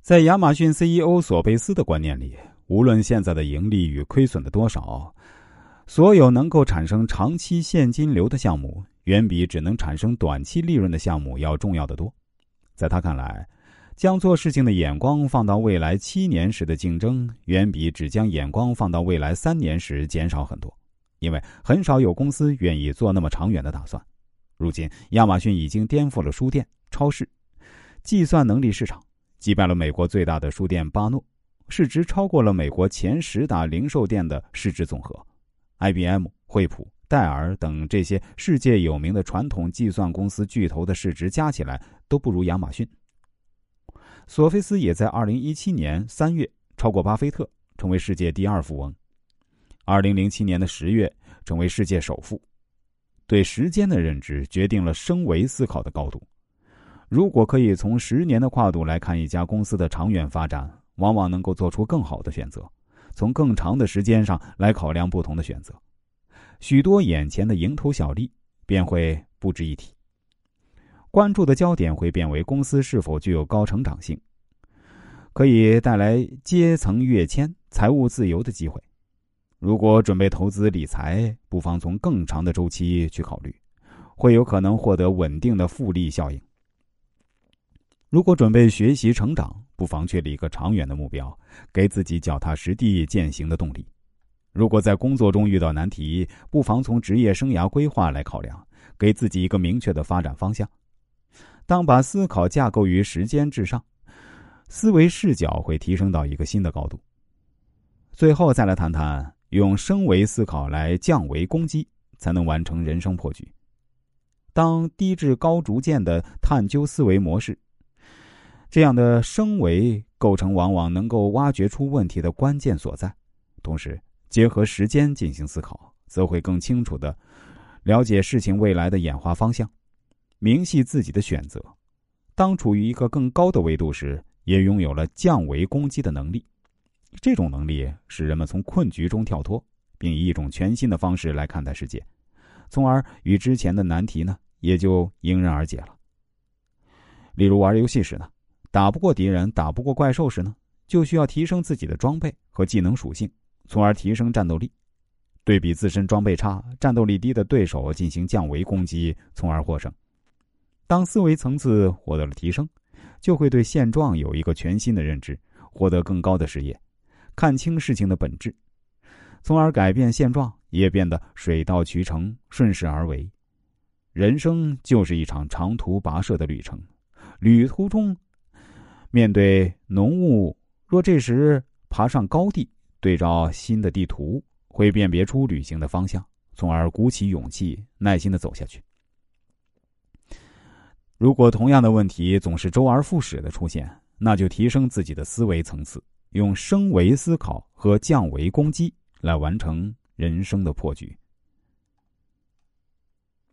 在亚马逊 CEO 索贝斯的观念里，无论现在的盈利与亏损的多少，所有能够产生长期现金流的项目，远比只能产生短期利润的项目要重要得多。在他看来，将做事情的眼光放到未来7年时的竞争，远比只将眼光放到未来3年时减少很多，因为很少有公司愿意做那么长远的打算。如今，亚马逊已经颠覆了书店、超市、计算能力市场，击败了美国最大的书店巴诺，市值超过了美国前10大零售店的市值总和。IBM、惠普、戴尔等这些世界有名的传统计算公司巨头的市值加起来都不如亚马逊。索菲斯也在2017年3月超过巴菲特，成为世界第2富翁。2007年的10月成为世界首富。对时间的认知决定了升维思考的高度。如果可以从10年的跨度来看一家公司的长远发展，往往能够做出更好的选择，从更长的时间上来考量不同的选择，许多眼前的蝇头小利便会不值一提。关注的焦点会变为公司是否具有高成长性，可以带来阶层跃迁、财务自由的机会。如果准备投资理财，不妨从更长的周期去考虑，会有可能获得稳定的复利效应。如果准备学习成长，不妨确立一个长远的目标，给自己脚踏实地践行的动力。如果在工作中遇到难题，不妨从职业生涯规划来考量，给自己一个明确的发展方向。当把思考架构于时间至上，思维视角会提升到一个新的高度。最后再来谈谈用升维思考来降维攻击，才能完成人生破局。当低至高逐渐的探究思维模式，这样的升维构成往往能够挖掘出问题的关键所在，同时结合时间进行思考，则会更清楚地了解事情未来的演化方向，明细自己的选择。当处于一个更高的维度时，也拥有了降维攻击的能力。这种能力使人们从困局中跳脱，并以一种全新的方式来看待世界，从而与之前的难题呢，也就迎刃而解了。例如玩游戏时呢，打不过敌人、打不过怪兽时呢，就需要提升自己的装备和技能属性，从而提升战斗力。对比自身装备差、战斗力低的对手进行降维攻击，从而获胜。当思维层次获得了提升，就会对现状有一个全新的认知，获得更高的视野，看清事情的本质，从而改变现状，也变得水到渠成、顺势而为。人生就是一场长途跋涉的旅程，旅途中面对浓雾，若这时爬上高地，对照新的地图，会辨别出旅行的方向，从而鼓起勇气，耐心地走下去。如果同样的问题总是周而复始的出现，那就提升自己的思维层次，用升维思考和降维攻击来完成人生的破局。